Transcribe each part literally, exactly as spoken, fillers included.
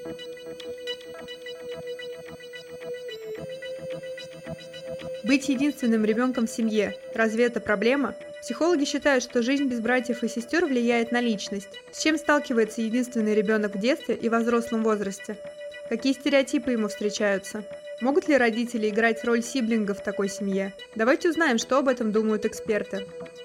Быть единственным ребенком в семье – разве это проблема? Психологи считают, что жизнь без братьев и сестер влияет на личность. С чем сталкивается единственный ребенок в детстве и во взрослом возрасте? Какие стереотипы ему встречаются? Могут ли родители играть роль сиблингов в такой семье? Давайте узнаем, что об этом думают эксперты.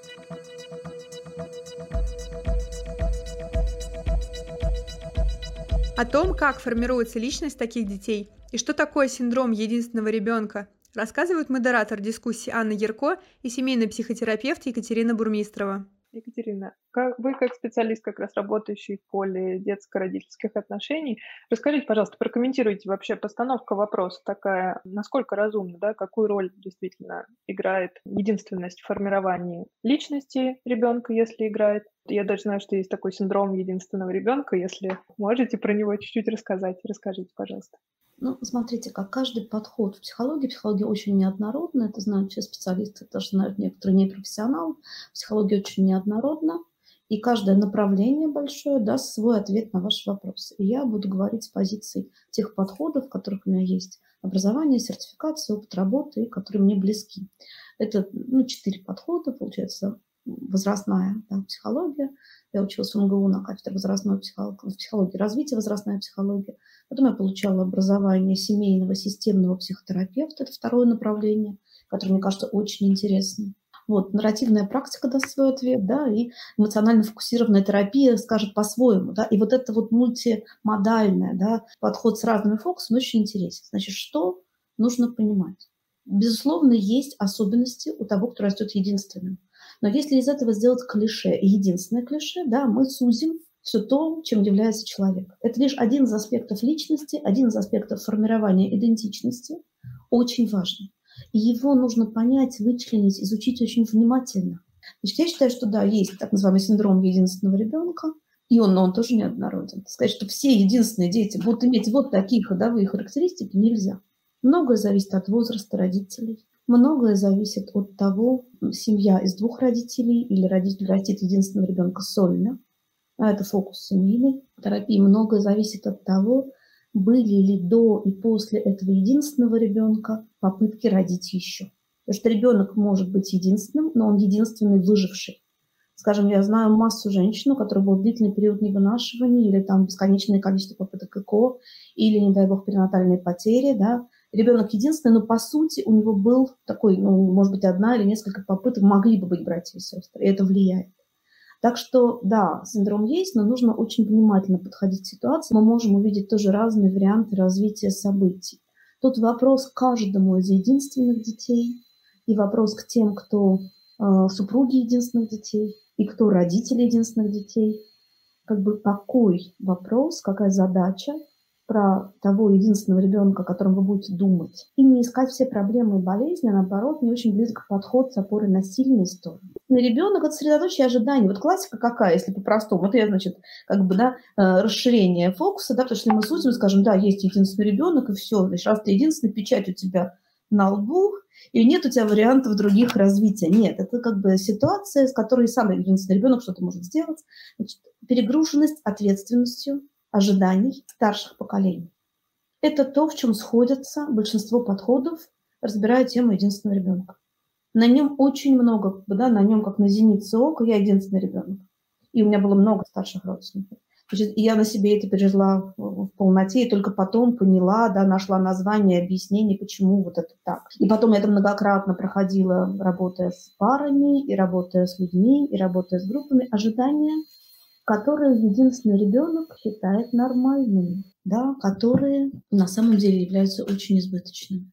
О том, как формируется личность таких детей и что такое синдром единственного ребенка, рассказывают модератор дискуссии Анна Ярко и семейный психотерапевт Екатерина Бурмистрова. Екатерина, как, вы как специалист, как раз работающий в поле детско-родительских отношений, расскажите, пожалуйста, прокомментируйте вообще постановка вопроса такая, насколько разумна, да, какую роль действительно играет единственность в формировании личности ребенка, если играет. Я даже знаю, что есть такой синдром единственного ребенка. Если можете про него чуть-чуть рассказать, расскажите, пожалуйста. Ну, смотрите, как каждый подход в психологии, психология очень неоднородна, это знают все специалисты, даже знают некоторые непрофессионалы, психология очень неоднородна, и каждое направление большое даст свой ответ на ваши вопросы. И я буду говорить с позиции тех подходов, в которых у меня есть образование, сертификация, опыт работы, которые мне близки. Это ну, четыре подхода, получается, возрастная да, психология. Я училась в эм гэ у на кафедре возрастной психологии, психологии развития, возрастная психология. Потом я получала образование семейного системного психотерапевта. Это второе направление, которое, мне кажется, очень интересным. Вот, нарративная практика даст свой ответ, да, и эмоционально фокусированная терапия скажет по-своему, да, и вот это вот мультимодальное, да, подход с разными фокусами очень интересен. Значит, что нужно понимать? Безусловно, есть особенности у того, кто растет единственным. Но если из этого сделать клише, единственное клише, да, мы сузим все то, чем является человек. Это лишь один из аспектов личности, один из аспектов формирования идентичности, очень важный. И его нужно понять, вычленить, изучить очень внимательно. Значит, я считаю, что да, есть так называемый синдром единственного ребенка, и он, но он тоже неоднороден. Сказать, что все единственные дети будут иметь вот такие ходовые характеристики, нельзя. Многое зависит от возраста родителей. Многое зависит от того, семья из двух родителей или родитель растит единственного ребенка сольно. А это фокус семейной терапии. Многое зависит от того, были ли до и после этого единственного ребенка попытки родить еще. Потому что ребенок может быть единственным, но он единственный выживший. Скажем, я знаю массу женщин, у которых был длительный период невынашивания или там бесконечное количество попыток ЭКО, или, не дай бог, перинатальные потери, да. Ребенок единственный, но по сути у него был такой, ну, может быть, одна или несколько попыток, могли бы быть братья и сестры, и это влияет. Так что, да, синдром есть, но нужно очень внимательно подходить к ситуации. Мы можем увидеть тоже разные варианты развития событий. Тут вопрос к каждому из единственных детей, и вопрос к тем, кто э, супруги единственных детей, и кто родители единственных детей. Как бы какой вопрос, какая задача про того единственного ребенка, о котором вы будете думать. И не искать все проблемы и болезни, а наоборот, не очень близко подход с опорой на сильные стороны. Ребенок – это средоточие ожиданий. Вот классика какая, если по-простому? Это, значит, как бы, да, расширение фокуса, да, потому что если мы сузим, скажем, да, есть единственный ребенок, и все, значит, раз ты единственный, печать у тебя на лбу, и нет у тебя вариантов других развития. Нет, это как бы ситуация, с которой сам единственный ребенок что-то может сделать. Значит, перегруженность ответственностью, ожиданий старших поколений. Это то, в чем сходятся большинство подходов, разбирая тему единственного ребенка. На нем очень много, да, на нем как на зенице ока, я единственный ребенок. И у меня было много старших родственников. Значит, и я на себе это пережила в полноте, и только потом поняла, да, нашла название, объяснение, почему вот это так. И потом я это многократно проходила, работая с парами, и работая с людьми, и работая с группами, ожидания, которые единственный ребенок считает нормальными, да, которые на самом деле являются очень избыточными.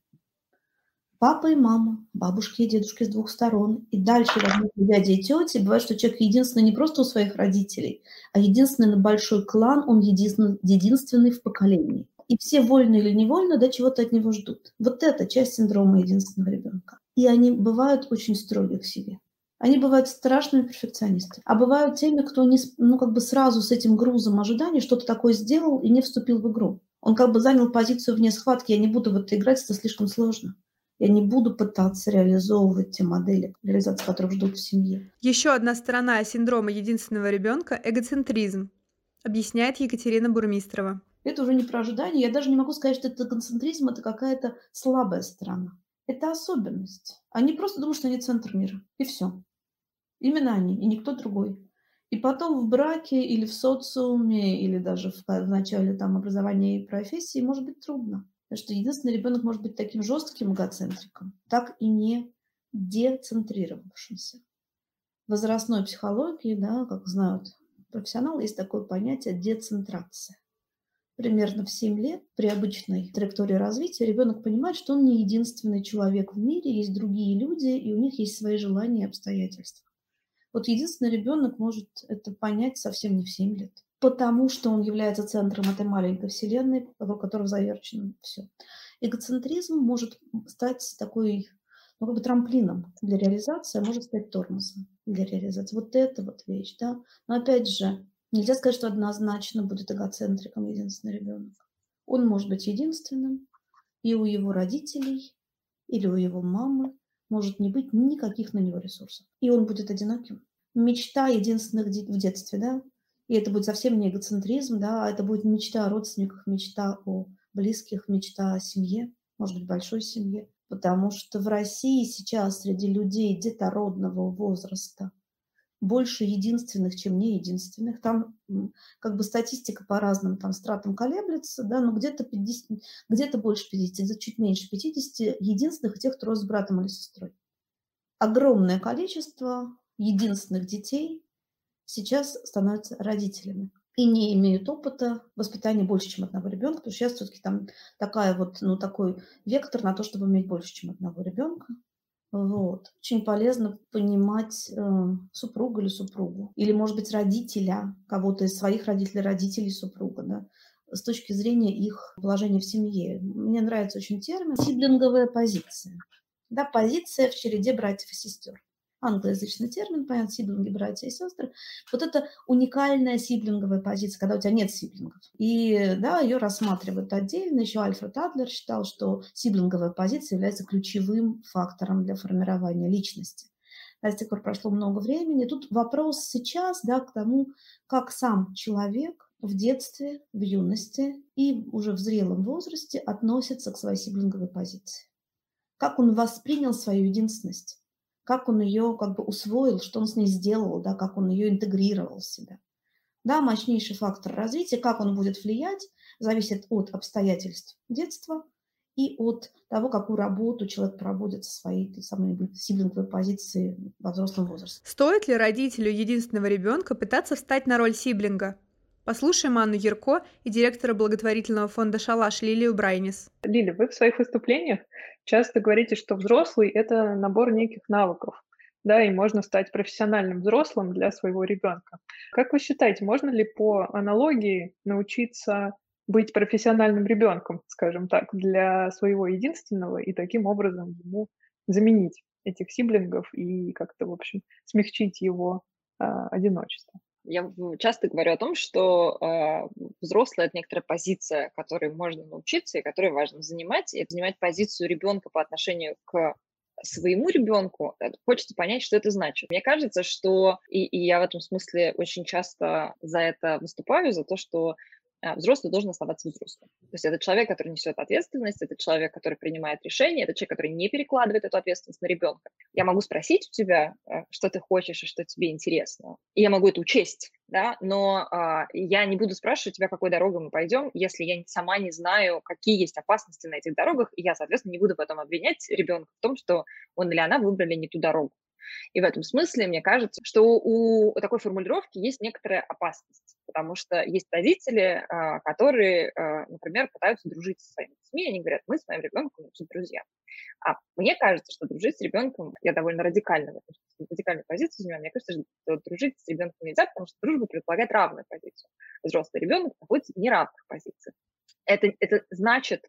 Папа и мама, бабушки и дедушки с двух сторон, и дальше возможно, дяди и тети. Бывает, что человек единственный не просто у своих родителей, а единственный на большой клан, он единственный, единственный в поколении. И все вольно или невольно, да, чего-то от него ждут. Вот это часть синдрома единственного ребенка. И они бывают очень строги к себе. Они бывают страшными перфекционистами, а бывают теми, кто не, ну, как бы сразу с этим грузом ожиданий что-то такое сделал и не вступил в игру. Он как бы занял позицию вне схватки, я не буду в это играть, это слишком сложно. Я не буду пытаться реализовывать те модели, реализации которых ждут в семье. Еще одна сторона синдрома единственного ребенка – эгоцентризм, объясняет Екатерина Бурмистрова. Это уже не про ожидание. Я даже не могу сказать, что это эгоцентризм, это какая-то слабая сторона. Это особенность. Они просто думают, что они центр мира. И все. Именно они, и никто другой. И потом в браке или в социуме, или даже в, в начале там, образования и профессии может быть трудно. Потому что единственный ребенок может быть таким жестким эгоцентриком, так и не децентрировавшимся. В возрастной психологии, да, как знают профессионалы, есть такое понятие децентрация. Примерно в семь лет при обычной траектории развития ребенок понимает, что он не единственный человек в мире, есть другие люди, и у них есть свои желания и обстоятельства. Вот единственный ребенок может это понять совсем не в семь лет, потому что он является центром этой маленькой вселенной, вокруг которой заверчено все. Эгоцентризм может стать такой, ну, как бы трамплином для реализации, а может стать тормозом для реализации. Вот это вот вещь, да. Но опять же, нельзя сказать, что однозначно будет эгоцентриком единственный ребенок. Он может быть единственным, и у его родителей или у его мамы может не быть никаких на него ресурсов. И он будет одиноким. Мечта единственных в детстве, да, и это будет совсем не эгоцентризм, да, а это будет мечта о родственниках, мечта о близких, мечта о семье, может быть, большой семье. Потому что в России сейчас среди людей детородного возраста больше единственных, чем не единственных. Там как бы статистика по разным там стратам колеблется, да, но где-то пятьдесят, где-то больше пятидесяти, где-то чуть меньше пятидесяти единственных и тех, кто рос с братом или сестрой. Огромное количество единственных детей сейчас становятся родителями и не имеют опыта воспитания больше, чем одного ребенка, потому что сейчас все-таки там такая вот, ну, такой вектор на то, чтобы иметь больше, чем одного ребенка. Вот. Очень полезно понимать э, супруга или супругу. Или, может быть, родителя, кого-то из своих родителей, родителей супруга, да, с точки зрения их положения в семье. Мне нравится очень термин «сиблинговая позиция». Да, позиция в череде братьев и сестер. Англоязычный термин, понятно, сиблинги, братья и сестры. Вот это уникальная сиблинговая позиция, когда у тебя нет сиблингов. И да, ее рассматривают отдельно. Еще Альфред Адлер считал, что сиблинговая позиция является ключевым фактором для формирования личности. А с тех пор прошло много времени. Тут вопрос сейчас, да, к тому, как сам человек в детстве, в юности и уже в зрелом возрасте относится к своей сиблинговой позиции. Как он воспринял свою единственность. Как он ее как бы усвоил, что он с ней сделал, да, как он ее интегрировал в себя. Да, мощнейший фактор развития, как он будет влиять, зависит от обстоятельств детства и от того, какую работу человек проводит со своей той самой сиблинговой позиции во взрослом возрасте. Стоит ли родителю единственного ребенка пытаться встать на роль сиблинга? Послушаем Анну Ярко и директора благотворительного фонда «Шалаш» Лилию Брайнис. Лиля, вы в своих выступлениях часто говорите, что взрослый – это набор неких навыков, да, и можно стать профессиональным взрослым для своего ребенка. Как вы считаете, можно ли по аналогии научиться быть профессиональным ребенком, скажем так, для своего единственного и таким образом ему заменить этих сиблингов и как-то, в общем, смягчить его э, одиночество? Я часто говорю о том, что э, взрослый – это некоторая позиция, которой можно научиться и которой важно занимать. И занимать позицию ребенка по отношению к своему ребенку, хочется понять, что это значит. Мне кажется, что, и, и я в этом смысле очень часто за это выступаю, за то, что взрослый должен оставаться взрослым. То есть это человек, который несет ответственность, это человек, который принимает решения, это человек, который не перекладывает эту ответственность на ребенка. Я могу спросить у тебя, что ты хочешь и что тебе интересно, и я могу это учесть, да, но а, я не буду спрашивать тебя, какой дорогой мы пойдем, если я сама не знаю, какие есть опасности на этих дорогах, и я, соответственно, не буду потом обвинять ребенка в том, что он или она выбрали не ту дорогу. И в этом смысле, мне кажется, что у такой формулировки есть некоторая опасность, потому что есть родители, которые, например, пытаются дружить со своими детьми, они говорят, мы с моим ребенком лучше друзья. А мне кажется, что дружить с ребенком, я довольно радикально, радикальную позицию занимаю, мне кажется, что дружить с ребенком нельзя, потому что дружба предполагает равную позицию. Взрослый ребенок находится в неравных позициях. Это, это значит,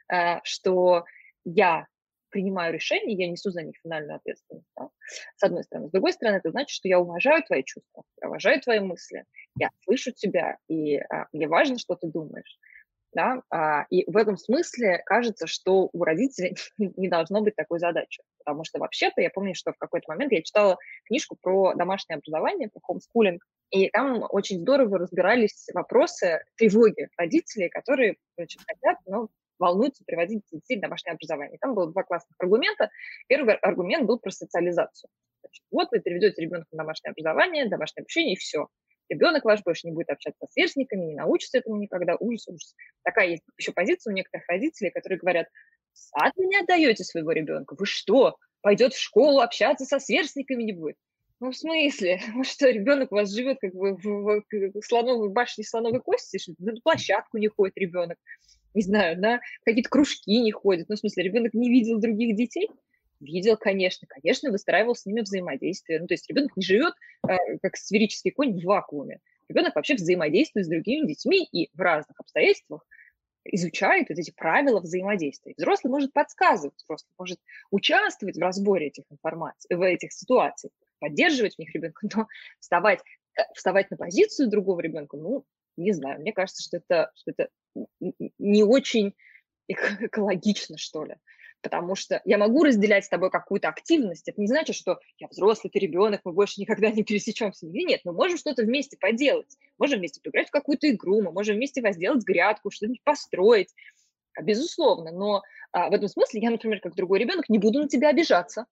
что я принимаю решения, я несу за них финальную ответственность, да? С одной стороны. С другой стороны, это значит, что я уважаю твои чувства, я уважаю твои мысли, я слышу тебя, и а, мне важно, что ты думаешь. Да? А, и в этом смысле кажется, что у родителей не должно быть такой задачи. Потому что вообще-то я помню, что в какой-то момент я читала книжку про домашнее образование, про хомскулинг, И там очень здорово разбирались вопросы тревоги родителей, которые, значит, хотят, но волнуются приводить детей в домашнее образование. Там было два классных аргумента. Первый аргумент был про социализацию. Значит, вот вы переведете ребенка в домашнее образование, домашнее обучение, и все. Ребенок ваш больше не будет общаться с сверстниками, не научится этому никогда. Ужас, ужас. Такая есть еще позиция у некоторых родителей, которые говорят: в сад вы не отдаете своего ребенка. Вы что, пойдет в школу, общаться со сверстниками не будет? Ну, в смысле? Ну что, ребенок у вас живет как бы в, в, в слоновой башне слоновой кости, что на площадку не ходит ребенок, не знаю, на какие-то кружки не ходит. Ну, в смысле, ребенок не видел других детей? Видел, конечно. Конечно, выстраивал с ними взаимодействие. Ну, то есть ребенок не живет, э, как сферический конь, в вакууме. Ребенок вообще взаимодействует с другими детьми и в разных обстоятельствах изучает вот эти правила взаимодействия. Взрослый может подсказывать, взрослый может участвовать в разборе этих информаций, в этих ситуаций, поддерживать в них ребенка, но вставать, вставать на позицию другого ребенка, ну, не знаю, мне кажется, что это, что это не очень экологично, что ли. Потому что я могу разделять с тобой какую-то активность. Это не значит, что я взрослый, ты ребенок, мы больше никогда не пересечемся. Нет, мы можем что-то вместе поделать. Можем вместе поиграть в какую-то игру, мы можем вместе возделать грядку, что-нибудь построить. Безусловно. Но а, в этом смысле я, например, как другой ребенок, не буду на тебя обижаться.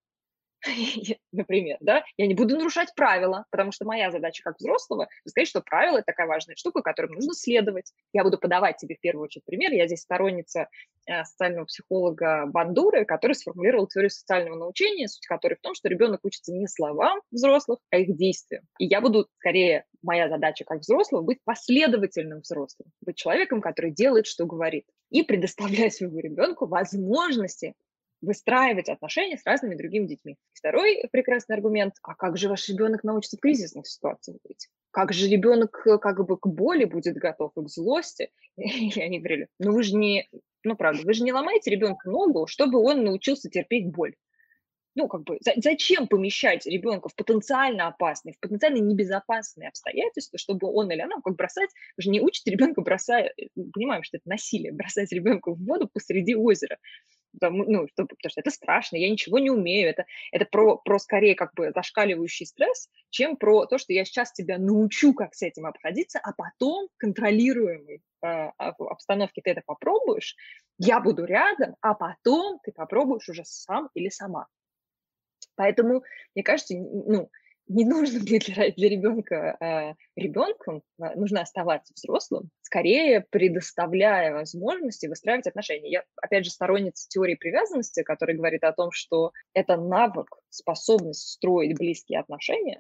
Например, да, я не буду нарушать правила, потому что моя задача как взрослого сказать, что правила – это такая важная штука, которым нужно следовать. Я буду подавать тебе в первую очередь пример. Я здесь сторонница э, социального психолога Бандуры, который сформулировал теорию социального научения, суть которой в том, что ребенок учится не словам взрослых, а их действиям. И я буду, скорее, моя задача как взрослого быть последовательным взрослым, быть человеком, который делает, что говорит, и предоставлять своему ребенку возможности выстраивать отношения с разными другими детьми. Второй прекрасный аргумент: а как же ваш ребенок научится в кризисных ситуациях быть? Как же ребенок как бы к боли будет готов и к злости? И они говорили: ну вы же не, ну правда, вы же не ломаете ребенку ногу, чтобы он научился терпеть боль. Ну, как бы, зачем помещать ребенка в потенциально опасные, в потенциально небезопасные обстоятельства, чтобы он или она, как бросать, вы же не учите ребенка, бросая, мы понимаем, что это насилие, бросать ребенка в воду посреди озера. Потому, ну, что, потому что это страшно, я ничего не умею, это, это про, про скорее как бы зашкаливающий стресс, чем про то, что я сейчас тебя научу, как с этим обходиться, а потом в контролируемой э, обстановке ты это попробуешь, я буду рядом, а потом ты попробуешь уже сам или сама. Поэтому, мне кажется, ну, не нужно для, для ребенка э, ребенком, э, нужно оставаться взрослым, скорее предоставляя возможности выстраивать отношения. Я, опять же, сторонница теории привязанности, которая говорит о том, что это навык, способность строить близкие отношения,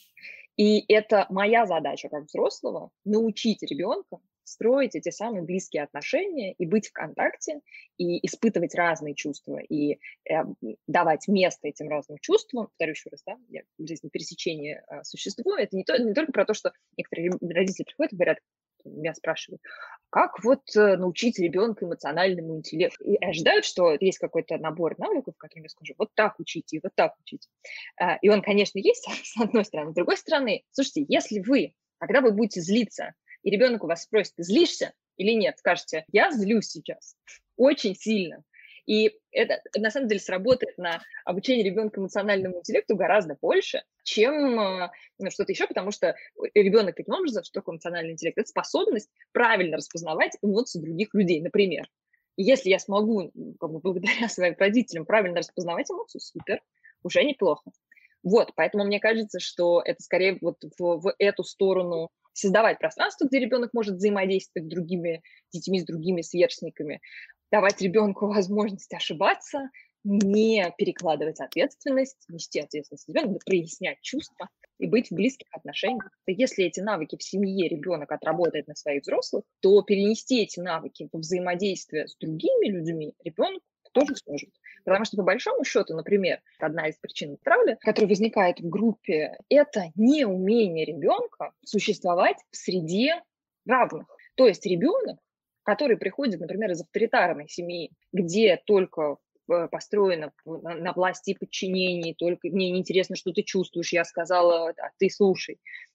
и это моя задача как взрослого – научить ребенка строить эти самые близкие отношения и быть в контакте, и испытывать разные чувства, и э, давать место этим разным чувствам. Повторю еще раз, да, я, здесь на пересечении э, существует. Это не, то, не только про то, что некоторые родители приходят и говорят, меня спрашивают, как вот э, научить ребенка эмоциональному интеллекту? И ожидают, что есть какой-то набор навыков, которым я скажу, вот так учите, вот так учите. Э, и он, конечно, есть, с одной стороны. С другой стороны, слушайте, если вы, когда вы будете злиться, и ребенок у вас спросит, ты злишься или нет, скажете, я злюсь сейчас очень сильно. И это, на самом деле, сработает на обучение ребенка эмоциональному интеллекту гораздо больше, чем ну, что-то еще, потому что ребенок таким образом, что такое эмоциональный интеллект? Это способность правильно распознавать эмоции других людей, например. И если я смогу, как бы, благодаря своим родителям правильно распознавать эмоции, супер, уже неплохо. Вот, поэтому мне кажется, что это скорее вот в, в эту сторону создавать пространство, где ребенок может взаимодействовать с другими детьми, с другими сверстниками, давать ребенку возможность ошибаться, не перекладывать ответственность, нести ответственность ребенка, прояснять чувства и быть в близких отношениях. Если эти навыки в семье ребенок отработает на своих взрослых, то перенести эти навыки в взаимодействие с другими людьми ребенок тоже сможет. Потому что, по большому счету, например, одна из причин травли, которая возникает в группе, это неумение ребенка существовать в среде равных. То есть ребенок, который приходит, например, из авторитарной семьи, где только построено на, на власти и подчинении, только мне неинтересно, что ты чувствуешь, я сказала, а ты слушай.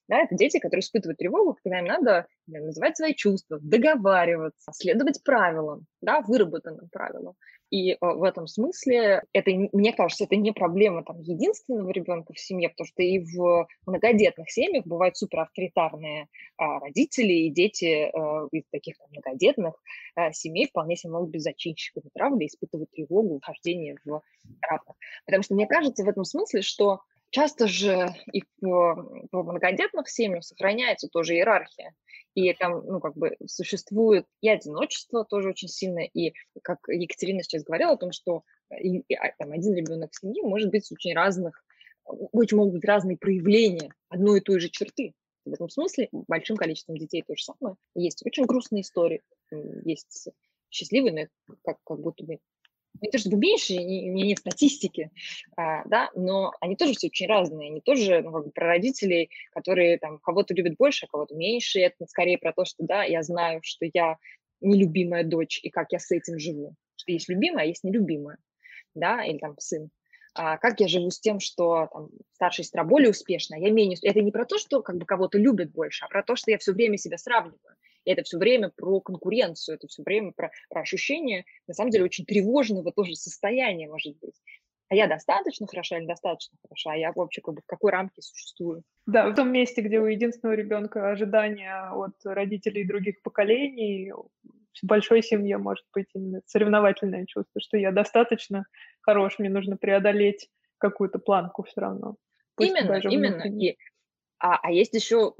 Да, это дети, которые испытывают тревогу, когда им надо да, называть свои чувства, договариваться, следовать правилам, да, выработанным правилам. И э, в этом смысле, это, мне кажется, это не проблема там, единственного ребенка в семье, потому что и в многодетных семьях бывают суперавторитарные а, родители, и дети а, из таких там, многодетных а, семей вполне себе могут быть зачинщиками травли, испытывать тревогу, вхождение в травлю. Потому что мне кажется в этом смысле, что часто же и в, в многодетных семьях сохраняется тоже иерархия. И там, ну, как бы существует и одиночество тоже очень сильно, и, как Екатерина сейчас говорила о том, что и, и, там, один ребенок в семье может быть очень разных, очень могут быть разные проявления одной и той же черты. В этом смысле большим количеством детей то же самое. Есть очень грустные истории, есть счастливые, но это как, как будто бы не то чтобы меньше, у меня нет статистики, а, да, но они тоже все очень разные. Они тоже ну, как бы про родителей, которые там кого-то любят больше, а кого-то меньше. Это скорее про то, что да, я знаю, что я нелюбимая дочь, и как я с этим живу. Что есть любимая, а есть нелюбимая, да, или там сын. А как я живу с тем, что там, старшая сестра более успешная, я менее... Это не про то, что как бы кого-то любят больше, а про то, что я все время себя сравниваю. И это все время про конкуренцию, это все время про, про ощущение, на самом деле, очень тревожного тоже состояния, может быть. А я достаточно хороша или недостаточно хороша? А я вообще как бы в какой рамке существую? Да, в том месте, где у единственного ребенка ожидания от родителей других поколений, в большой семье может быть именно соревновательное чувство, что я достаточно хорош, мне нужно преодолеть какую-то планку все равно. Именно, именно. И, а, а есть еще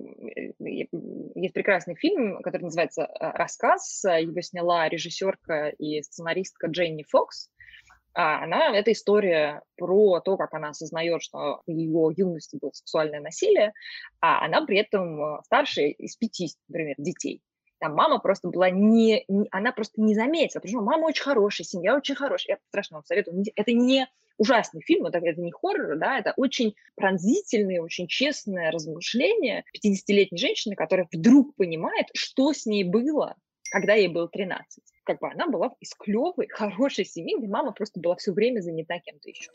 есть прекрасный фильм, который называется «Рассказ». Его сняла режиссерка и сценаристка Дженни Фокс. Она, это история про то, как она осознает, что в ее юности было сексуальное насилие, а она при этом старшая из пяти, например, детей. Там мама просто была не, не... Она просто не заметила, потому что мама очень хорошая, семья очень хорошая. Я страшно вам советую. Это не ужасный фильм, это, это не хоррор, да, это очень пронзительное, очень честное размышление пятидесятилетней женщины, которая вдруг понимает, что с ней было, когда ей было тринадцать. Как бы она была из клевой, хорошей семьи, где мама просто была все время занята кем-то еще.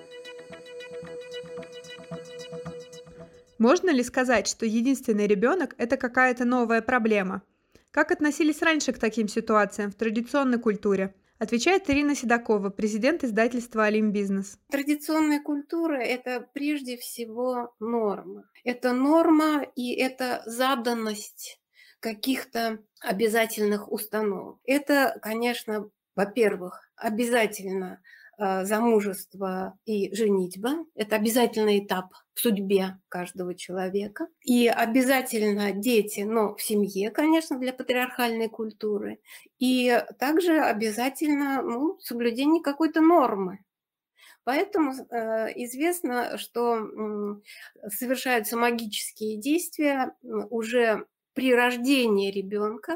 Можно ли сказать, что единственный ребенок – это какая-то новая проблема? Как относились раньше к таким ситуациям в традиционной культуре? Отвечает Ирина Седокова, президент издательства «Олимп Бизнес». Традиционная культура – это прежде всего норма. Это норма и это заданность каких-то обязательных установок. Это, конечно, во-первых, обязательно э, замужество и женитьба. Это обязательный этап в судьбе каждого человека. И обязательно дети, но в семье, конечно, для патриархальной культуры. И также обязательно ну, соблюдение какой-то нормы. Поэтому э, известно, что э, совершаются магические действия уже при рождении ребенка,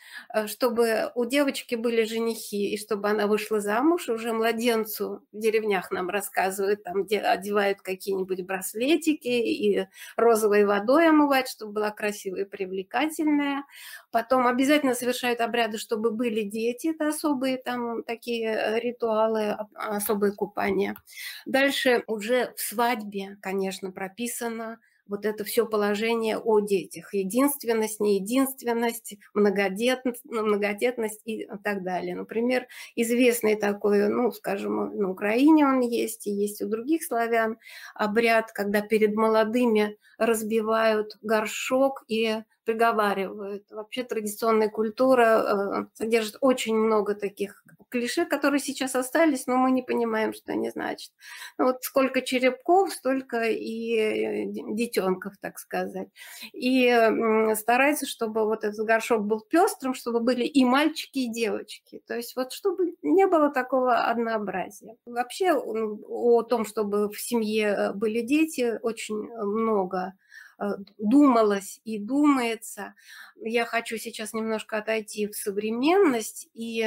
чтобы у девочки были женихи, и чтобы она вышла замуж, уже младенцу в деревнях нам рассказывают, там где одевают какие-нибудь браслетики и розовой водой омывают, чтобы была красивая и привлекательная. Потом обязательно совершают обряды, чтобы были дети, это особые там такие ритуалы, особые купания. Дальше уже в свадьбе, конечно, прописано вот это все положение о детях. Единственность, неединственность, многодетность, многодетность и так далее. Например, известный такой, ну, скажем, на Украине он есть, и есть у других славян, обряд, когда перед молодыми разбивают горшок и приговаривают. Вообще традиционная культура содержит очень много таких клише, которые сейчас остались, но мы не понимаем, что они значат. Вот сколько черепков, столько и детенков, так сказать. И старается, чтобы вот этот горшок был пестрым, чтобы были и мальчики, и девочки. То есть вот чтобы не было такого однообразия. Вообще о том, чтобы в семье были дети, очень много думалось и думается. Я хочу сейчас немножко отойти в современность, и,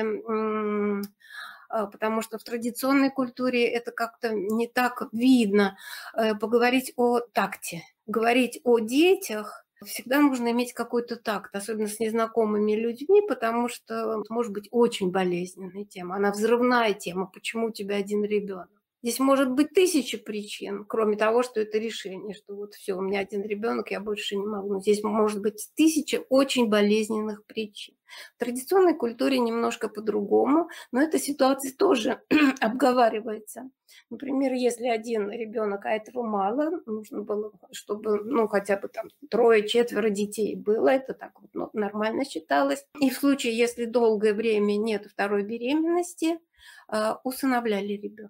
потому что в традиционной культуре это как-то не так видно. Поговорить о такте, говорить о детях всегда нужно иметь какой-то такт, особенно с незнакомыми людьми, потому что может быть очень болезненная тема, она взрывная тема, почему у тебя один ребенок. Здесь может быть тысяча причин, кроме того, что это решение, что вот все, у меня один ребенок, я больше не могу. Но здесь может быть тысяча очень болезненных причин. В традиционной культуре немножко по-другому, но эта ситуация тоже обговаривается. Например, если один ребенок, а этого мало, нужно было, чтобы ну, хотя бы там трое-четверо детей было, это так вот ну, нормально считалось. И в случае, если долгое время нет второй беременности, усыновляли ребенка.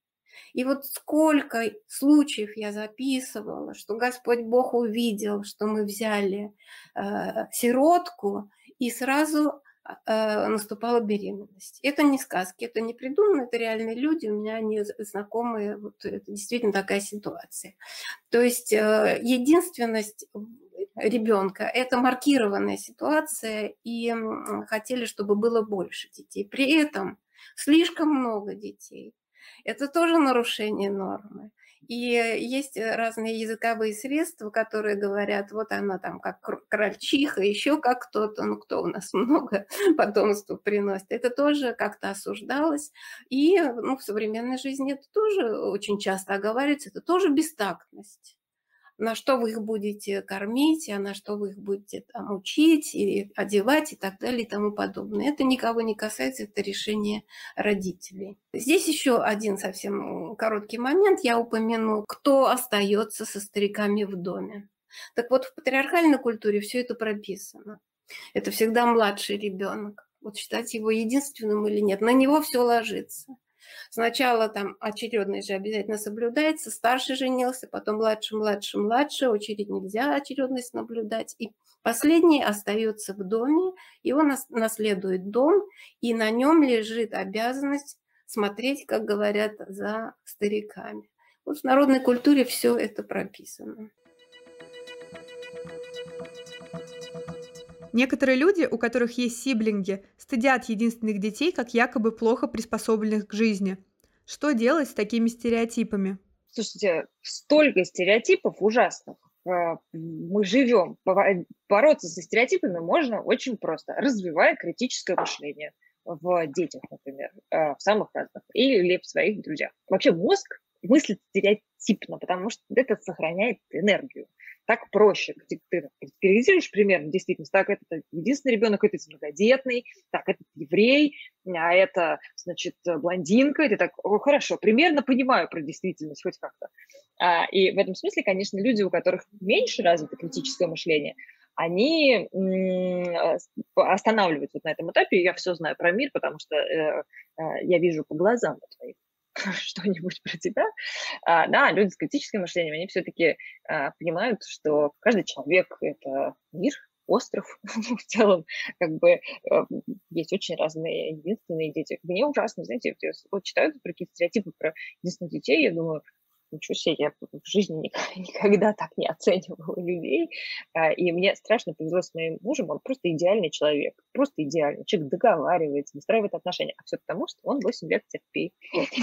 И вот сколько случаев я записывала, что Господь Бог увидел, что мы взяли э, сиротку, и сразу э, наступала беременность. Это не сказки, это не придумано, это реальные люди, у меня они знакомые, вот это действительно такая ситуация. То есть э, единственность ребенка – это маркированная ситуация, и хотели, чтобы было больше детей. При этом слишком много детей. Это тоже нарушение нормы. И есть разные языковые средства, которые говорят, вот она там как крольчиха, еще как кто-то, ну кто у нас много потомства приносит. Это тоже как-то осуждалось. И ну, в современной жизни это тоже очень часто оговаривается, это тоже бестактность. На что вы их будете кормить, а на что вы их будете там, учить, и одевать и так далее и тому подобное. Это никого не касается, это решение родителей. Здесь еще один совсем короткий момент. Я упомяну, кто остается со стариками в доме. Так вот, в патриархальной культуре все это прописано. Это всегда младший ребенок. Вот считать его единственным или нет, на него все ложится. Сначала там очередность же обязательно соблюдается, старший женился, потом младший, младший, младший, очередь нельзя очередность наблюдать. И последний остается в доме, и он наследует дом, и на нем лежит обязанность смотреть, как говорят, за стариками. Вот в народной культуре все это прописано. Некоторые люди, у которых есть сиблинги, стыдят единственных детей как якобы плохо приспособленных к жизни. Что делать с такими стереотипами? Слушайте, столько стереотипов ужасных. Мы живем. Бороться со стереотипами можно очень просто, развивая критическое мышление в детях, например, в самых разных, или в своих друзьях. Вообще мозг мыслит стереотипно, потому что это сохраняет энергию. Так проще. Ты категоризируешь примерно действительность. Так, это единственный ребенок, это многодетный, так, это еврей, а это, значит, блондинка. И ты так, о, хорошо, примерно понимаю про действительность хоть как-то. А, и в этом смысле, конечно, люди, у которых меньше развито критическое мышление, они м- останавливаются вот на этом этапе. Я все знаю про мир, потому что э, э, я вижу по глазам твоим что-нибудь про тебя. А, да, люди с критическим мышлением, они все-таки а, понимают, что каждый человек – это мир, остров в целом, как бы а, есть очень разные единственные дети. Мне ужасно, знаете, вот читаю про какие-то стереотипы про единственных детей, я думаю, ничего себе, я в жизни никогда так не оценивала людей. И мне страшно повезло с моим мужем, он просто идеальный человек, просто идеальный. Человек договаривается, выстраивает отношения. А все потому, что он восемь лет терпи.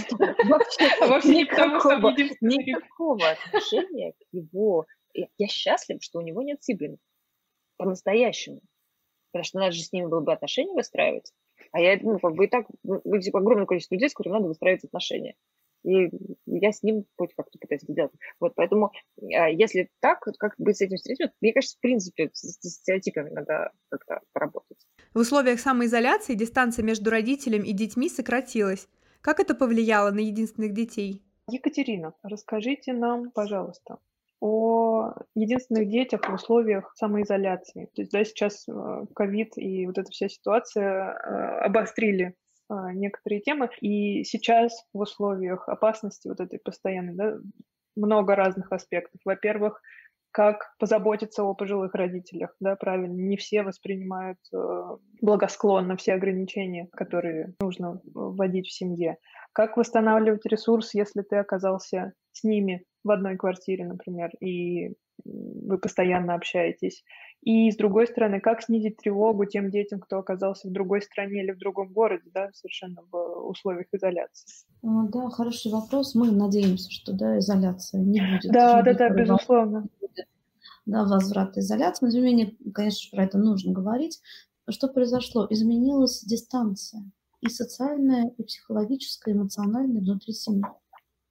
Никакого отношения к его... Я счастлив, что у него нет сиблингов. По-настоящему. Потому что надо же с ними было бы отношения выстраивать. А я, ну, как бы и так, огромное количество людей, с которыми надо выстраивать отношения. И я с ним хоть как-то пытаюсь это делать. Вот, поэтому, если так, как быть с этим стереотипом? Мне кажется, в принципе, с стереотипами надо как-то поработать. В условиях самоизоляции дистанция между родителем и детьми сократилась. Как это повлияло на единственных детей? Екатерина, расскажите нам, пожалуйста, о единственных детях в условиях самоизоляции. То есть, да, сейчас ковид и вот эта вся ситуация обострили некоторые темы, и сейчас в условиях опасности вот этой постоянной, да, много разных аспектов. Во-первых, как позаботиться о пожилых родителях, да, правильно, не все воспринимают э, благосклонно все ограничения, которые нужно вводить в семье. Как восстанавливать ресурс, если ты оказался с ними в одной квартире, например, и вы постоянно общаетесь. И, с другой стороны, как снизить тревогу тем детям, кто оказался в другой стране или в другом городе, да, совершенно в условиях изоляции. Да, хороший вопрос. Мы надеемся, что, да, изоляция не будет. Да, да, да, безусловно. Да, возврат изоляции. Но, тем не менее, конечно, про это нужно говорить. Что произошло? Изменилась дистанция и социальная, и психологическая, и эмоциональная внутри семьи.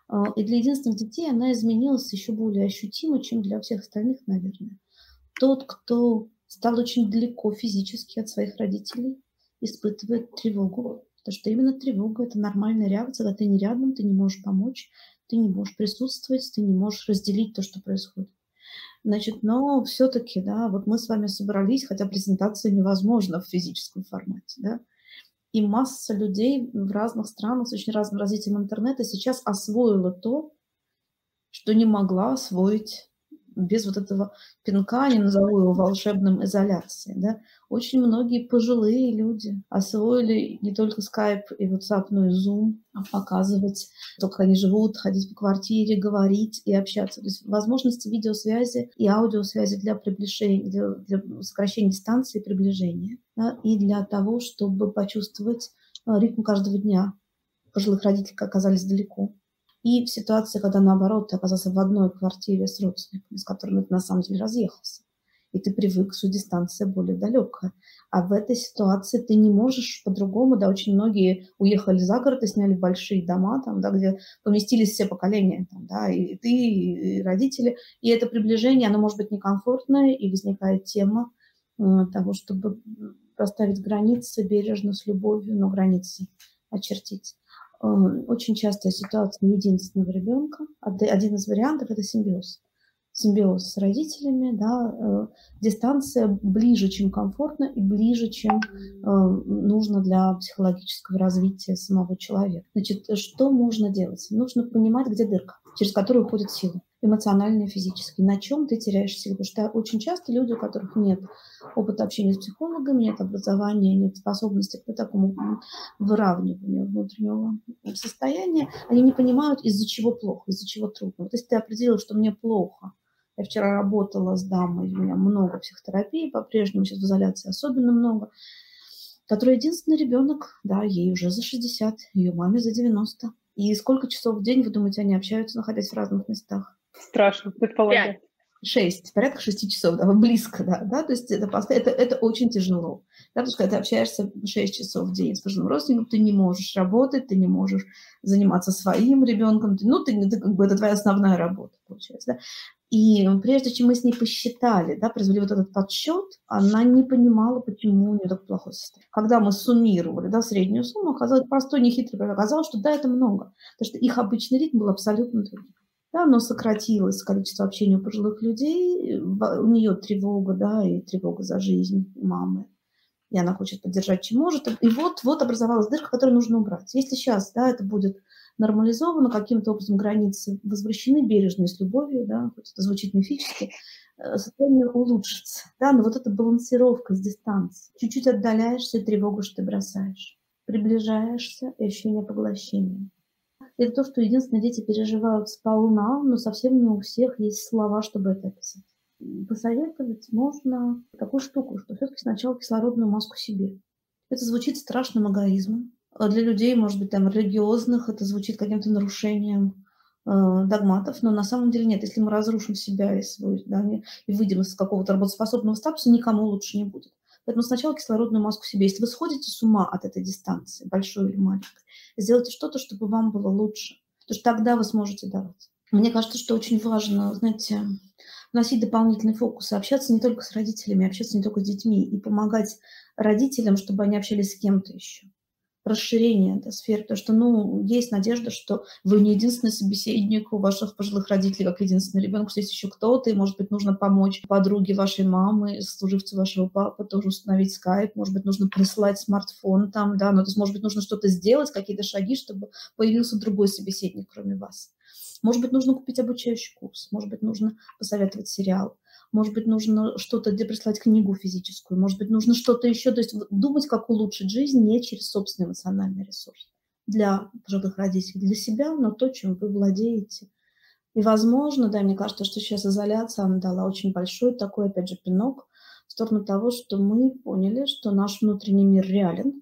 А, И для единственных детей она изменилась еще более ощутимо, чем для всех остальных, наверное. Тот, кто стал очень далеко физически от своих родителей, испытывает тревогу. Потому что именно тревога – это нормальная реакция, когда ты не рядом, ты не можешь помочь, ты не можешь присутствовать, ты не можешь разделить то, что происходит. Значит, но все-таки, да, вот мы с вами собрались, хотя презентация невозможна в физическом формате, да, и масса людей в разных странах с очень разным развитием интернета сейчас освоила то, что не могла освоить без вот этого пинка, не назову его волшебным, изоляции. Да. Очень многие пожилые люди освоили не только Skype и WhatsApp, но и Zoom, а показывать то, как они живут, ходить по квартире, говорить и общаться. То есть возможности видеосвязи и аудиосвязи для приближения, для, для сокращения дистанции и приближения, да, и для того, чтобы почувствовать ритм каждого дня. Пожилых родителей оказались далеко. И в ситуации, когда, наоборот, ты оказался в одной квартире с родственниками, с которыми ты на самом деле разъехался, и ты привык, что дистанция более далекая. А в этой ситуации ты не можешь по-другому, да, очень многие уехали за город и сняли большие дома, там, да, где поместились все поколения, там, да, и ты, и родители, и это приближение, оно может быть некомфортное, и возникает тема э, того, чтобы поставить границы бережно, с любовью, но границы очертить. Очень частая ситуация единственного ребенка. Один из вариантов – это симбиоз. Симбиоз с родителями, да, дистанция ближе, чем комфортно, и ближе, чем нужно для психологического развития самого человека. Значит, что можно делать? Нужно понимать, где дырка, через которую уходит сила, эмоциональная, физическая. На чем ты теряешь силу? Потому что очень часто люди, у которых нет опыта общения с психологами, нет образования, нет способности к такому выравниванию внутреннего состояния, они не понимают, из-за чего плохо, из-за чего трудно. Вот если ты определил, что мне плохо, я вчера работала с дамой, у меня много психотерапии, по-прежнему сейчас в изоляции особенно много, которая единственный ребенок, да, ей уже за шестьдесят, ее маме за девяносто. И сколько часов в день, вы думаете, они общаются, находясь в разных местах? Страшно предполагать. Шесть, порядка шести часов, да, близко, да, да, то есть это, это, это очень тяжело, да, потому что когда ты общаешься шесть часов в день с пожилым родственником, ты не можешь работать, ты не можешь заниматься своим ребенком, ты, ну, ты, ты, как бы, это твоя основная работа, получается, да, и прежде чем мы с ней посчитали, да, произвели вот этот подсчет, она не понимала, почему у нее так плохое состояние. Когда мы суммировали, да, среднюю сумму, оказалось, простой, нехитрый, оказалось, что да, это много, потому что их обычный ритм был абсолютно другим. Да, оно сократилось, количество общения у пожилых людей, у нее тревога, да, и тревога за жизнь мамы, и она хочет поддержать, чем может, и вот, вот образовалась дырка, которую нужно убрать. Если сейчас, да, это будет нормализовано, каким-то образом границы возвращены бережно и с любовью, да, хоть это звучит мифически, состояние улучшится, да, но вот эта балансировка с дистанцией, чуть-чуть отдаляешься, и тревогу, что ты бросаешь, приближаешься, и ощущение поглощения. Это то, что единственные дети переживают сполна, но совсем не у всех есть слова, чтобы это описать. Посоветовать можно такую штуку, что все-таки сначала кислородную маску себе. Это звучит страшным эгоизмом. Для людей, может быть, там, религиозных, это звучит каким-то нарушением э, догматов, но на самом деле нет. Если мы разрушим себя и, свой, да, и выйдем из какого-то работоспособного статуса, никому лучше не будет. Поэтому сначала кислородную маску себе. Если вы сходите с ума от этой дистанции, большой или маленькой, сделайте что-то, чтобы вам было лучше. Потому что тогда вы сможете давать. Мне кажется, что очень важно, знаете, вносить дополнительный фокус, и общаться не только с родителями, общаться не только с детьми, и помогать родителям, чтобы они общались с кем-то еще. Расширение, да, сферы, потому что, ну, есть надежда, что вы не единственный собеседник у ваших пожилых родителей, как единственный ребенок, что есть еще кто-то, и, может быть, нужно помочь подруге вашей мамы, служивцу вашего папы, тоже установить скайп, может быть, нужно прислать смартфон там, да, ну, то есть, может быть, нужно что-то сделать, какие-то шаги, чтобы появился другой собеседник, кроме вас. Может быть, нужно купить обучающий курс, может быть, нужно посоветовать сериал. Может быть, нужно что-то, где прислать книгу физическую, может быть, нужно что-то еще. То есть думать, как улучшить жизнь не через собственный эмоциональный ресурс. Для пожилых родителей, для себя, но то, чем вы владеете. И, возможно, да, мне кажется, что сейчас изоляция, она дала очень большой такой, опять же, пинок в сторону того, что мы поняли, что наш внутренний мир реален.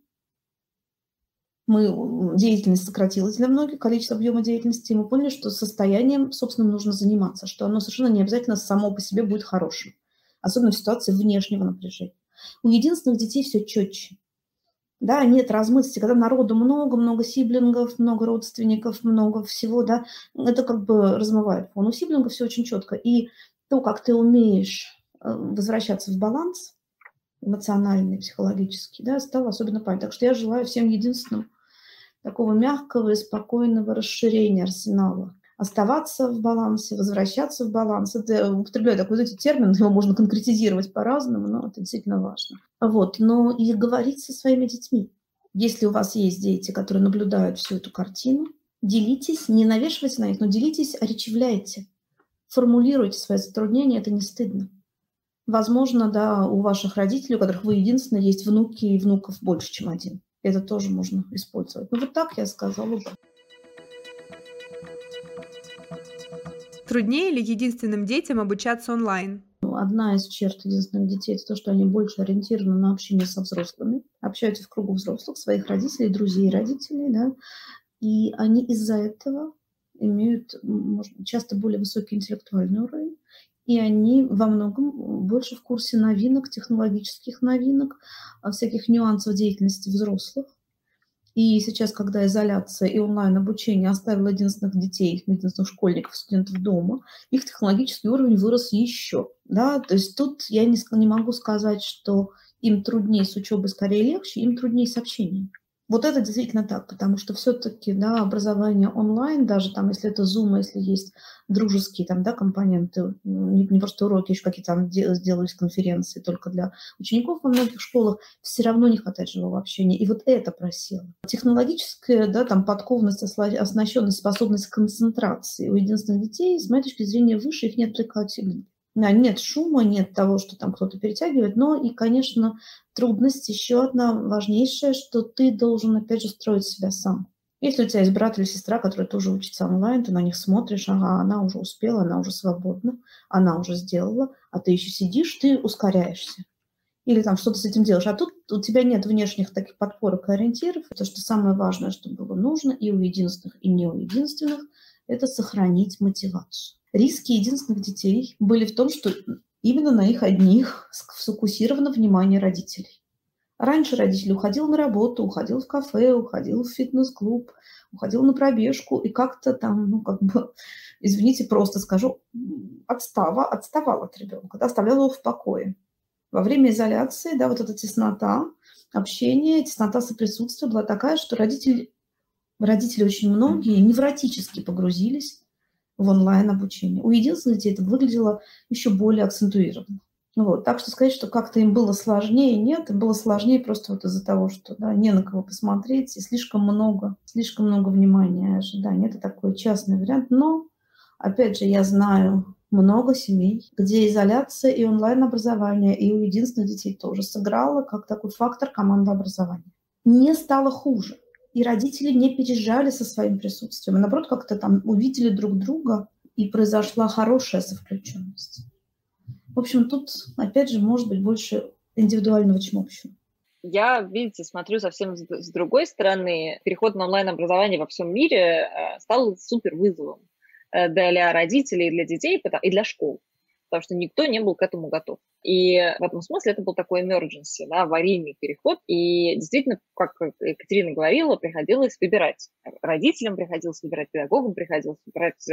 Мы, деятельность сократилась для многих, количество объема деятельности, и мы поняли, что состоянием собственным нужно заниматься, что оно совершенно не обязательно само по себе будет хорошим, особенно в ситуации внешнего напряжения. У единственных детей все четче. Да, нет размытости, когда народу много, много сиблингов, много родственников, много всего, да, это как бы размывает фон. У сиблингов все очень четко. И то, как ты умеешь э, возвращаться в баланс эмоциональный, психологический, да, стало особенно понятно. Так что я желаю всем единственного такого мягкого и спокойного расширения арсенала. Оставаться в балансе, возвращаться в баланс. Это употребляю такой, знаете, термин, его можно конкретизировать по-разному, но это действительно важно. Вот. Но и говорить со своими детьми. Если у вас есть дети, которые наблюдают всю эту картину, делитесь, не навешивайте на них, но делитесь, оречевляйте, формулируйте свои затруднения, это не стыдно. Возможно, да, у ваших родителей, у которых вы единственные, есть внуки и внуков больше, чем один. Это тоже можно использовать. Ну, вот так я сказала бы. Труднее ли единственным детям обучаться онлайн? Одна из черт единственных детей – это то, что они больше ориентированы на общение со взрослыми, общаются в кругу взрослых, своих родителей, друзей родителей, да, и они из-за этого имеют может, часто более высокий интеллектуальный уровень, и они во многом больше в курсе новинок, технологических новинок, всяких нюансов деятельности взрослых. И сейчас, когда изоляция и онлайн-обучение оставило единственных детей, единственных школьников, студентов дома, их технологический уровень вырос еще. Да? То есть тут я не, не могу сказать, что им труднее с учебой, скорее легче, им труднее с общением. Вот это действительно так, потому что все-таки да, образование онлайн, даже там, если это Zoom, если есть дружеские там, да, компоненты, не, не просто уроки, еще какие-то там сделались конференции только для учеников во многих школах, все равно не хватает живого общения. И вот это просело. Технологическая да, там, подкованность, оснащенность, способность к концентрации у единственных детей, с моей точки зрения, выше, их не отвлекают сильно. Да, нет шума, нет того, что там кто-то перетягивает, но и, конечно, трудность еще одна важнейшая, что ты должен, опять же, строить себя сам. Если у тебя есть брат или сестра, которые тоже учатся онлайн, ты на них смотришь, ага, она уже успела, она уже свободна, она уже сделала, а ты еще сидишь, ты ускоряешься. Или там что-то с этим делаешь. А тут у тебя нет внешних таких подпорок и ориентиров. Это что самое важное, что было нужно и у единственных, и не у единственных, это сохранить мотивацию. Риски единственных детей были в том, что именно на их одних сфокусировано внимание родителей. Раньше родитель уходил на работу, уходил в кафе, уходил в фитнес-клуб, уходил на пробежку и как-то там, ну, как бы, извините, просто скажу, отстава, отставал от ребенка, да, оставлял его в покое. Во время изоляции, да, вот эта теснота, общение, теснота соприсутствия была такая, что родители, родители очень многие невротически погрузились в онлайн-обучение. У единственных детей это выглядело еще более акцентуированно. Вот. Так что сказать, что как-то им было сложнее, нет, им было сложнее просто вот из-за того, что да, не на кого посмотреть, и слишком много, слишком много внимания и ожиданий. Это такой частный вариант. Но, опять же, я знаю много семей, где изоляция и онлайн-образование, и у единственных детей тоже сыграло как такой фактор командообразования. Не стало хуже. И родители не пережали со своим присутствием. А наоборот, как-то там увидели друг друга, и произошла хорошая совключенность. В общем, тут, опять же, может быть больше индивидуального, чем общего. Я, видите, смотрю совсем с другой стороны. Переход на онлайн-образование во всем мире стал супер вызовом для родителей, для детей и для школ, потому что никто не был к этому готов. И в этом смысле это был такой emergency, да, аварийный переход. И действительно, как Екатерина говорила, приходилось выбирать. Родителям приходилось выбирать, педагогам приходилось выбирать,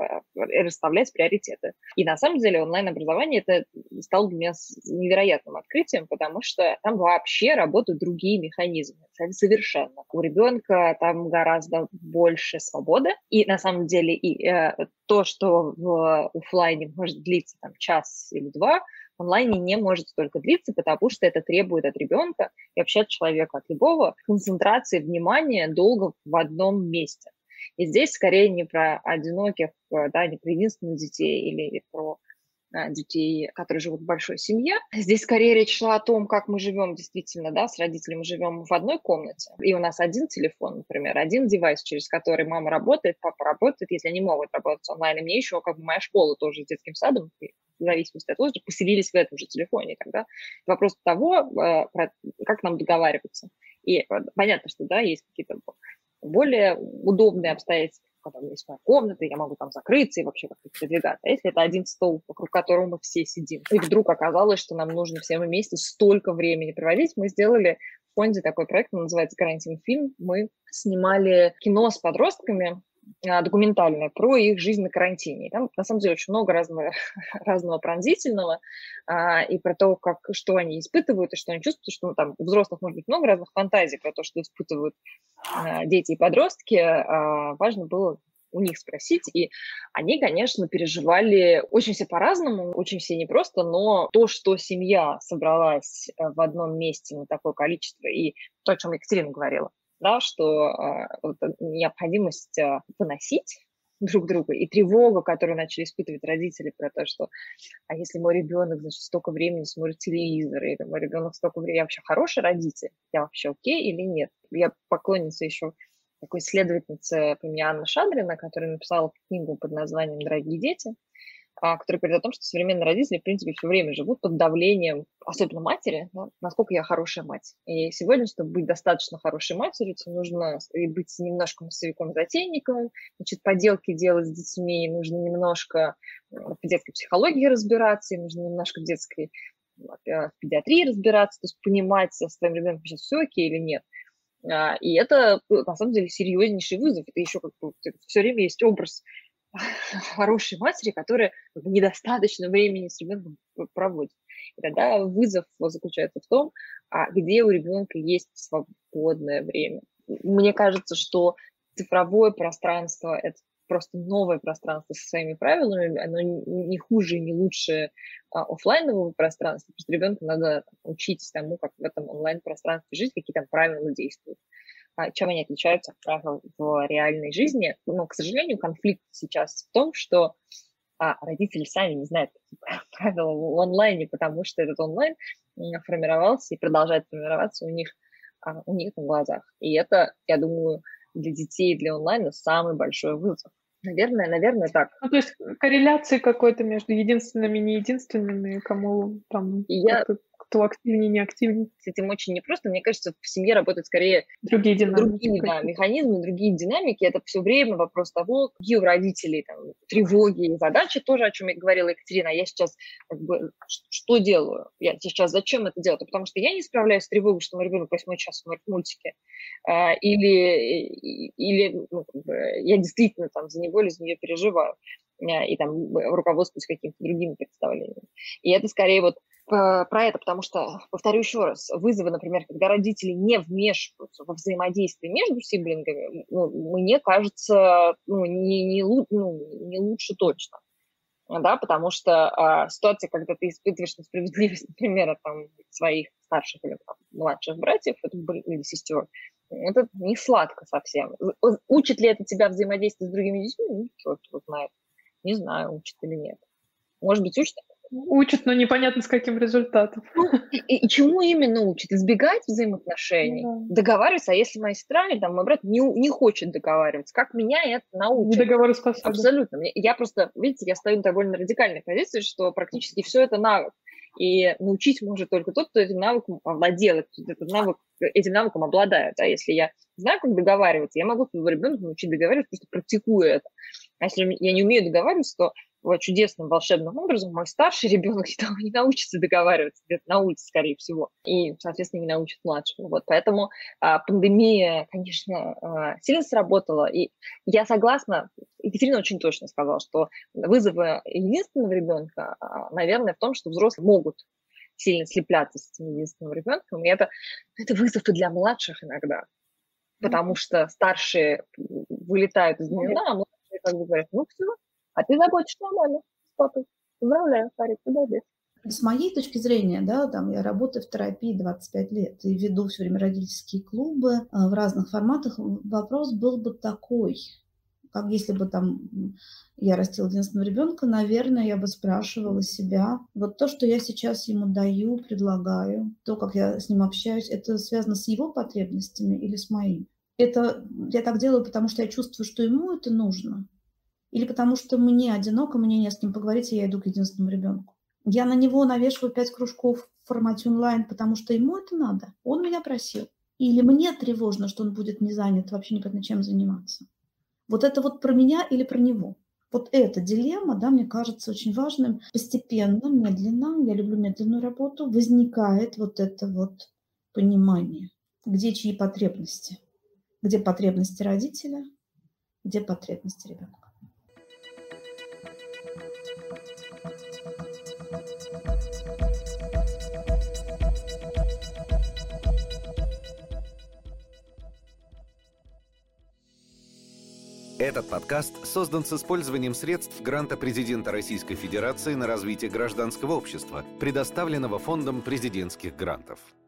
э, расставлять приоритеты. И на самом деле онлайн-образование это стало для меня невероятным открытием, потому что там вообще работают другие механизмы. Совершенно. У ребенка там гораздо больше свободы. И на самом деле и э, то, что в офлайне может длиться там, час или два, в онлайне не может столько длиться, потому что это требует от ребенка и вообще от человека, от любого, концентрации внимания долго в одном месте. И здесь скорее не про одиноких, да, не про единственных детей или про а, детей, которые живут в большой семье. Здесь скорее речь шла о том, как мы живем действительно, да, с родителями живем в одной комнате, и у нас один телефон, например, один девайс, через который мама работает, папа работает, если они могут работать онлайн, и мне еще, как бы моя школа тоже с детским садом, в зависимости от возраста, поселились в этом же телефоне. Тогда вопрос того, как нам договариваться. И понятно, что да, есть какие-то более удобные обстоятельства, когда есть моя комната, я могу там закрыться и вообще как-то передвигаться. А если это один стол, вокруг которого мы все сидим, и вдруг оказалось, что нам нужно всем вместе столько времени проводить, мы сделали фонде такой проект, он называется «Карантин фильм». Мы снимали кино с подростками, документальное, про их жизнь на карантине. И там, на самом деле, очень много разного, разного пронзительного, а, и про то, как, что они испытывают и что они чувствуют, что ну, там у взрослых может быть много разных фантазий про то, что испытывают а, дети и подростки. А, важно было у них спросить, и они, конечно, переживали очень все по-разному, очень все непросто, но то, что семья собралась в одном месте на такое количество, и то, о чем Екатерина говорила, да, что э, вот, необходимость э, выносить друг друга и тревога, которую начали испытывать родители про то, что а если мой ребенок, значит, столько времени смотрит телевизор, или мой ребенок столько времени, я вообще хороший родитель, я вообще окей или нет? Я поклонница еще такой исследовательницы по имени Анна Шадрина, которая написала книгу под названием «Дорогие дети», который говорит о том, что современные родители, в принципе, все время живут под давлением, особенно матери, да, насколько я хорошая мать. И сегодня, чтобы быть достаточно хорошей матерью, тебе нужно быть немножко массовиком-затейником, значит, поделки делать с детьми, нужно немножко в детской психологии разбираться, и нужно немножко в детской в педиатрии разбираться, то есть понимать, с твоим ребенком сейчас все окей или нет. И это, на самом деле, серьезнейший вызов. Это еще как бы все время есть образ хорошей матери, которая недостаточно времени с ребенком проводит. И тогда вызов заключается в том, где у ребенка есть свободное время. Мне кажется, что цифровое пространство – это просто новое пространство со своими правилами, оно не хуже и не лучше офлайнового пространства, просто ребенку надо учить тому, как в этом онлайн-пространстве жить, какие там правила действуют. Чем они отличаются от правил в реальной жизни. Но, к сожалению, конфликт сейчас в том, что а, родители сами не знают, какие правила в онлайне, потому что этот онлайн формировался и продолжает формироваться у них, а, у них на глазах. И это, я думаю, для детей, для онлайна самый большой вызов. Наверное, наверное, так. Ну, то есть корреляции какой-то между единственными и неединственными, кому там я... кто активнее, не активнее. С этим очень непросто. Мне кажется, в семье работают скорее другие динамики, другие да, механизмы, другие динамики. Это все время вопрос того, какие у родителей там, тревоги и задачи, тоже, о чем я говорила Екатерина. Я сейчас как бы, что делаю? Я сейчас зачем это делаю? Потому что я не справляюсь с тревогой, что мой ребенок восьмой час смотрит мультики. Или, или ну, как бы, я действительно там, за него или за нее переживаю. И там руководствуюсь какими-то другими представлениями. И это скорее вот про это, потому что, повторю еще раз, вызовы, например, когда родители не вмешиваются во взаимодействие между сиблингами, ну, мне кажется, ну, не, не, ну, не лучше точно, да, потому что а, ситуация, когда ты испытываешь несправедливость, например, от там, своих старших или там, младших братьев это, или сестер, это не сладко совсем. Учит ли это тебя взаимодействовать с другими детьми? Ну, черт его знает. Не знаю, учит или нет. Может быть, учит. Учат, но непонятно с каким результатом. Ну, и, и чему именно учат? Избегать взаимоотношений, да. Договариваться, а если моя сестра или там, мой брат не, не хочет договариваться, как меня это научат? Недоговороспособен. Абсолютно. Я просто, видите, я стою на довольно радикальной позиции, что практически все это навык. И научить может только тот, кто этим навыком овладел, этот навык, этим навыком обладает. А если я знаю, как договариваться, я могу своего ребенка научить договариваться, просто практикуя это. А если я не умею договариваться, то вот чудесным волшебным образом мой старший ребенок не научится договариваться где-то на улице, скорее всего, и, соответственно, не научит младшего. Вот, поэтому а, пандемия, конечно, а, сильно сработала, и я согласна, Екатерина очень точно сказала, что вызовы единственного ребенка, а, наверное, в том, что взрослые могут сильно слепляться с этим единственным ребенком, и это, это вызов и для младших иногда, потому что старшие вылетают из дня, а младшие как бы говорят, ну все, а ты заботишься нормально с папой. Поздравляю, Харик, ты молодец. С моей точки зрения, да, там я работаю в терапии двадцать пять лет и веду все время родительские клубы в разных форматах. Вопрос был бы такой, как если бы там я растила единственного ребенка, наверное, я бы спрашивала себя, вот то, что я сейчас ему даю, предлагаю, то, как я с ним общаюсь, это связано с его потребностями или с моими? Это я так делаю, потому что я чувствую, что ему это нужно. Или потому что мне одиноко, мне не с кем поговорить, и я иду к единственному ребенку. Я на него навешиваю пять кружков в формате онлайн, потому что ему это надо. Он меня просил. Или мне тревожно, что он будет не занят, вообще непонятно чем заниматься. Вот это вот про меня или про него. Вот эта дилемма, да, мне кажется очень важным. Постепенно, медленно, я люблю медленную работу, возникает вот это вот понимание. где чьи потребности. Где потребности родителя, где потребности ребенка. Этот подкаст создан с использованием средств гранта президента Российской Федерации на развитие гражданского общества, предоставленного Фондом президентских грантов.